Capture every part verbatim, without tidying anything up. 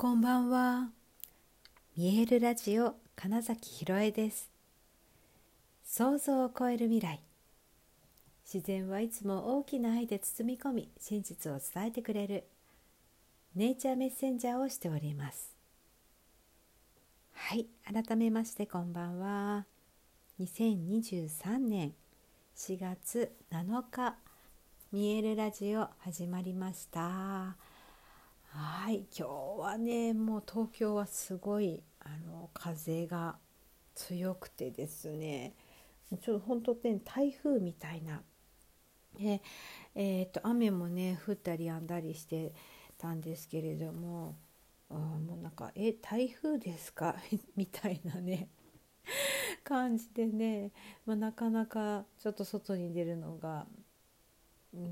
こんばんは。見えるラジオ金崎ひろえです。想像を超える未来。自然はいつも大きな愛で包み込み、真実を伝えてくれるネイチャーメッセンジャーをしております。はい、改めましてこんばんは。にせんにじゅうさんねんしがつなのか、見えるラジオ始まりました。はい、今日はね、もう東京はすごいあの風が強くてですね、ちょっと本当ね台風みたいな、でえー、と雨もね降ったり止んだりしてたんですけれども、あもうなんかえ台風ですかみたいなね感じでね、まあ、なかなかちょっと外に出るのが、うんうん、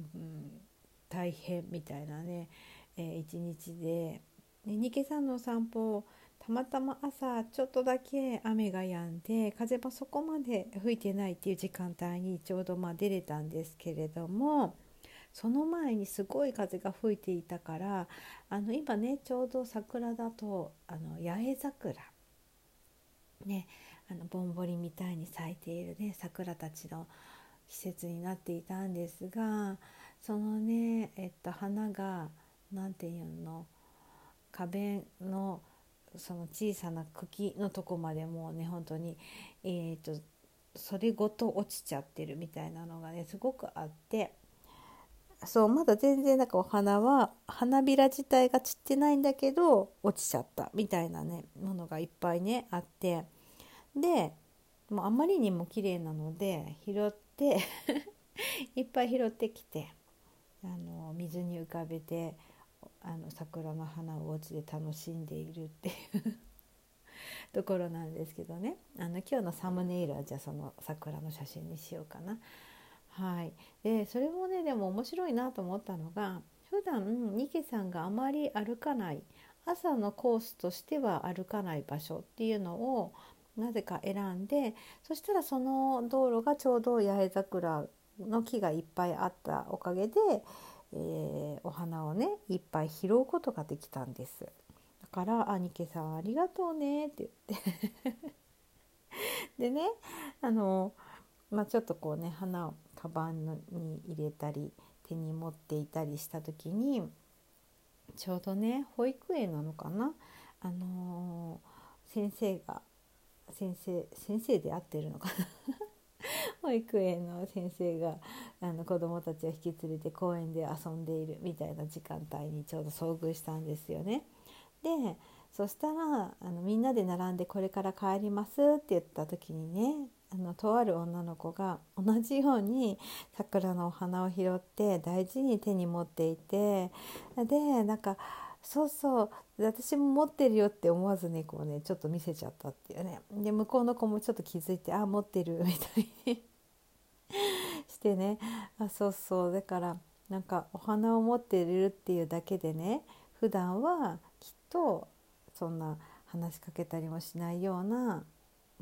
大変みたいなね、えー、一日で、ね、ニケさんのお散歩たまたま朝ちょっとだけ雨が止んで風もそこまで吹いてないっていう時間帯にちょうどまあ出れたんですけれども、その前にすごい風が吹いていたから、あの今ねちょうど桜だとあの八重桜ね、あのぼんぼりみたいに咲いているね桜たちの季節になっていたんですが、そのね、えっと、花がなんていうの、花弁のその小さな茎のとこまでもうね本当に、えー、とそれごと落ちちゃってるみたいなのがねすごくあって、そうまだ全然なんかお花は花びら自体が散ってないんだけど落ちちゃったみたいなねものがいっぱいねあって、でもうあまりにも綺麗なので拾っていっぱい拾ってきて、あの水に浮かべてあの桜の花をお家で楽しんでいるっていうところなんですけどね、あの今日のサムネイルはじゃあその桜の写真にしようかな。はい、でそれもねでも面白いなと思ったのが、普段ニケさんがあまり歩かない朝のコースとしては歩かない場所っていうのをなぜか選んで、そしたらその道路がちょうど八重桜の木がいっぱいあったおかげで、えーお花をねいっぱい拾うことができたんです。だから「あニケさんありがとうね」って言ってでね、あの、まあ、ちょっとこうね花をカバンに入れたり手に持っていたりした時に、ちょうどね保育園なのかな、あのー先生が先生先生で合ってるのかな保育園の先生があの子どもたちを引き連れて公園で遊んでいるみたいな時間帯にちょうど遭遇したんですよね。でそしたらあのみんなで並んでこれから帰りますって言った時にね、あのとある女の子が同じように桜のお花を拾って大事に手に持っていて、でなんかそうそう私も持ってるよって思わずねこうねちょっと見せちゃったっていうね。で向こうの子もちょっと気づいてあ持ってるみたいにしてね、あそうそうだからなんかお花を持っているっていうだけでね、普段はきっとそんな話しかけたりもしないような、うん、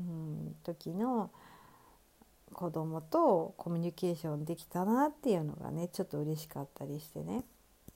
時の子供とコミュニケーションできたなっていうのがねちょっと嬉しかったりしてね。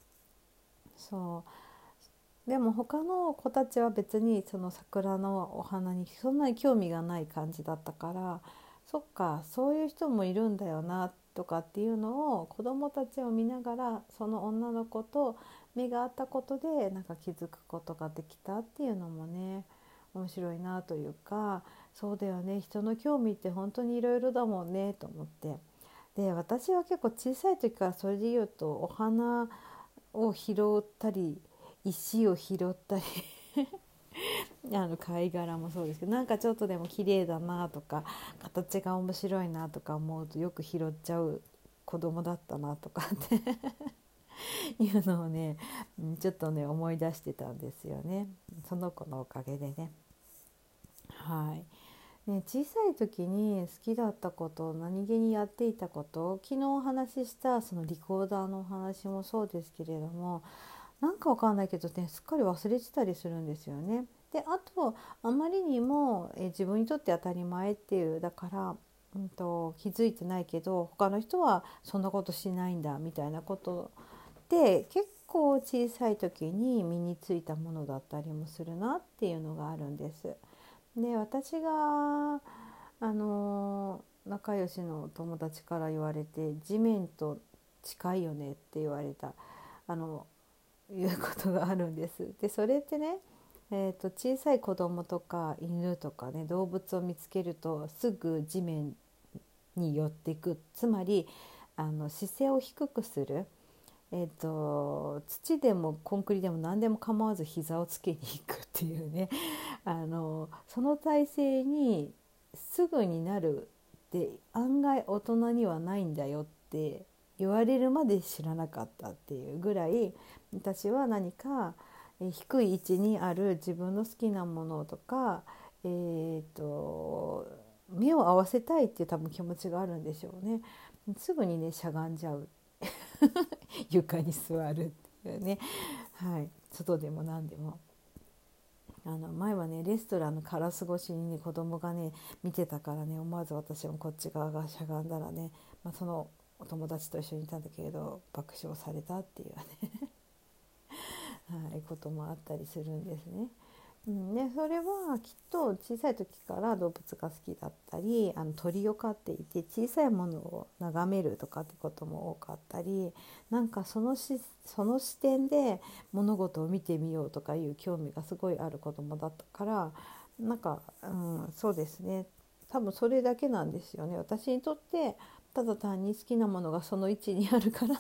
そうでも他の子たちは別にその桜のお花にそんなに興味がない感じだったから、そっかそういう人もいるんだよなとかっていうのを子どもたちを見ながら、その女の子と目が合ったことでなんか気づくことができたっていうのもね面白いなというか、そうだよね人の興味って本当にいろいろだもんねと思って、で私は結構小さい時からそれで言うとお花を拾ったり石を拾ったりあの貝殻もそうですけど、なんかちょっとでも綺麗だなとか形が面白いなとか思うとよく拾っちゃう子供だったなとかっていうのをねちょっとね思い出してたんですよね、その子のおかげでね。はいね、小さい時に好きだったこと、何気にやっていたこと、昨日お話ししたそのリコーダーのお話もそうですけれども、なんかわかんないけどねすっかり忘れてたりするんですよね。であとあまりにもえ自分にとって当たり前っていうだから、うんと、気づいてないけど他の人はそんなことしないんだみたいなことで結構小さい時に身についたものだったりもするなっていうのがあるんです。で、私があの仲良しの友達から言われて、地面と近いよねって言われたあのいうことがあるんです。でそれってね、えーと、小さい子供とか犬とかね、動物を見つけるとすぐ地面に寄っていく、つまりあの姿勢を低くする、えーと、土でもコンクリでも何でも構わず膝をつけに行くっていうねあのその体勢にすぐになるって案外大人にはないんだよって言われるまで知らなかったっていうぐらい、私は何か低い位置にある自分の好きなものとか、えーと目を合わせたいっていう多分気持ちがあるんでしょうね。すぐにねしゃがんじゃう床に座るっていうね、はい、外でも何でも。あの前はねレストランのカラス越しにね子供がね見てたからね、思わず私もこっち側がしゃがんだらね、まあ、そのお友達と一緒にいたんだけれど爆笑されたっていうねはい、こともあったりするんですね。うん、でそれはきっと小さい時から動物が好きだったり、あの鳥を飼っていて小さいものを眺めるとかってことも多かったり、なんかそのしその視点で物事を見てみようとかいう興味がすごいある子供だったから、なんか、うん、そうですね、多分それだけなんですよね。私にとってただ単に好きなものがその位置にあるから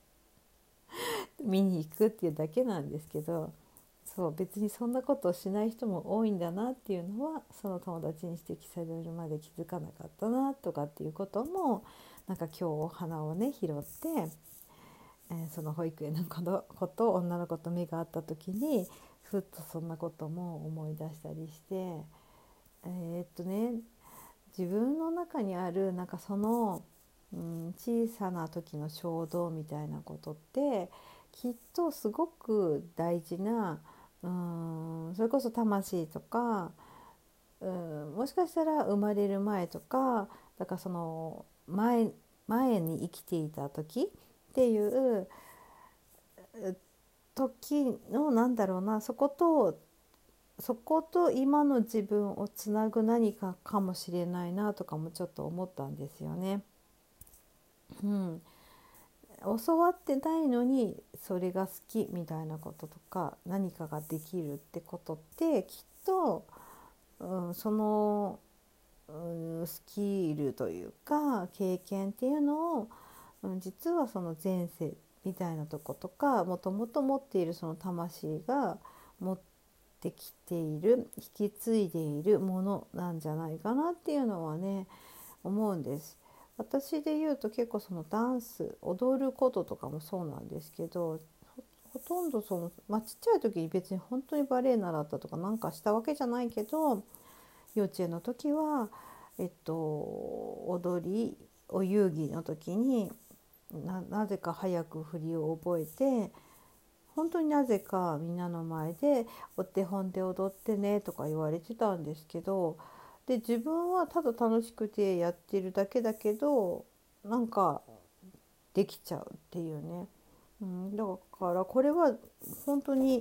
見に行くっていうだけなんですけど、そう別にそんなことをしない人も多いんだなっていうのは、その友達に指摘されるまで気づかなかったなとかっていうことも、なんか今日お花をね拾って、えーその保育園の子と女の子と目が合った時にふっとそんなことも思い出したりして、えー、っとね自分の中にあるなんかその、うん、小さな時の衝動みたいなことってきっとすごく大事な、うん、それこそ魂とか、うん、もしかしたら生まれる前とか、だからその前、前に生きていた時っていう時のなんだろうな、そことそこと今の自分をつなぐ何かかもしれないなとかもちょっと思ったんですよね。うん、教わってないのにそれが好きみたいなこととか何かができるってことってきっと、うん、その、うん、スキルというか経験っていうのを、うん、実はその前世みたいなとことかもともと持っているその魂が持ってきている引き継いでいるものなんじゃないかなっていうのはね思うんです。私で言うと結構そのダンス踊ることとかもそうなんですけど、ほ、ほとんどその、まあ、ちっちゃい時に別に本当にバレエ習ったとかなんかしたわけじゃないけど、幼稚園の時は、えっと、踊りお遊戯の時に な, なぜか早く振りを覚えて、本当になぜかみんなの前でお手本で踊ってねとか言われてたんですけど、で自分はただ楽しくてやってるだけだけどなんかできちゃうっていうね、うん、だからこれは本当に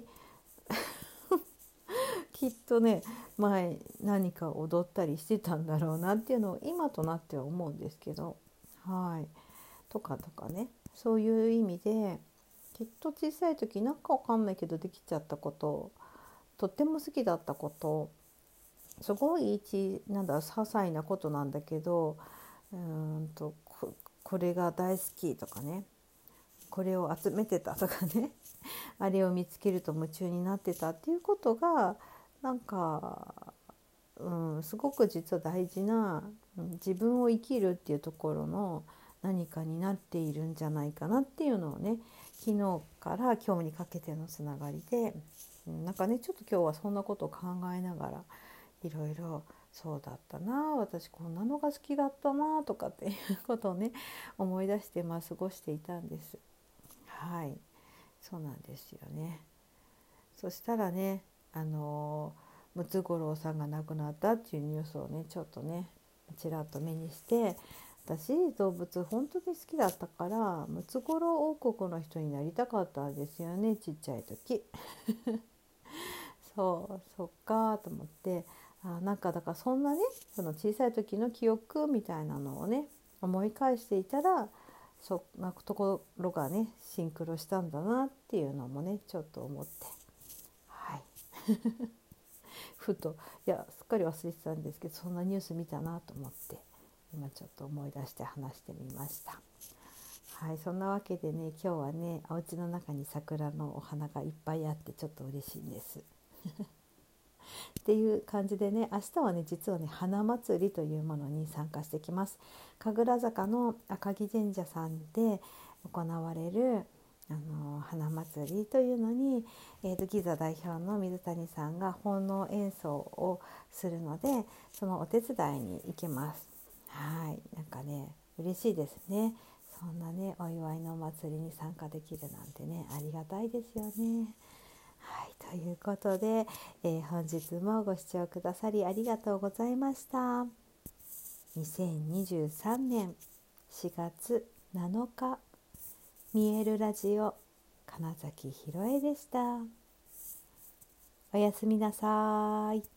きっとね前何か踊ったりしてたんだろうなっていうのを今となっては思うんですけど、はいとかとかね、そういう意味できっと小さい時なんかわかんないけどできちゃったこと、とっても好きだったこと、すごい一なんだ些細なことなんだけど、うーんと こ, これが大好きとかね、これを集めてたとかねあれを見つけると夢中になってたっていうことがなんか、うん、すごく実は大事な、うん、自分を生きるっていうところの何かになっているんじゃないかなっていうのをね、昨日から今日にかけてのつながりで、うん、なんかねちょっと今日はそんなことを考えながらいろいろそうだったな、私こんなのが好きだったなとかっていうことをね思い出してまあ過ごしていたんです。はい、そうなんですよね。そしたらね、あのムツゴロウさんが亡くなったっていうニュースをねちょっとねちらっと目にして、 私動物本当に好きだったからムツゴロウ王国の人になりたかったんですよね、ちっちゃい時。そうそっかと思って、あなんかだからそんなね、その小さい時の記憶みたいなのをね思い返していたら、そんなところがねシンクロしたんだなっていうのもねちょっと思って、はいふと、いやすっかり忘れてたんですけど、そんなニュース見たなと思って今ちょっと思い出して話してみました。はい、そんなわけでね、今日はねお家の中に桜のお花がいっぱいあってちょっと嬉しいんですっていう感じでね、明日はね実はね花祭りというものに参加してきます。神楽坂の赤城神社さんで行われるあの花祭りというのに、えーと、ギザ代表の水谷さんが奉納演奏をするので、そのお手伝いに行きます。はい、なんかね嬉しいですね。そんなねお祝いのお祭りに参加できるなんてね、ありがたいですよね。はい、ということで、えー本日もご視聴くださりありがとうございました。にせんにじゅうさんねんしがつなのか、見えるラジオ金崎ひろえでした。おやすみなさい。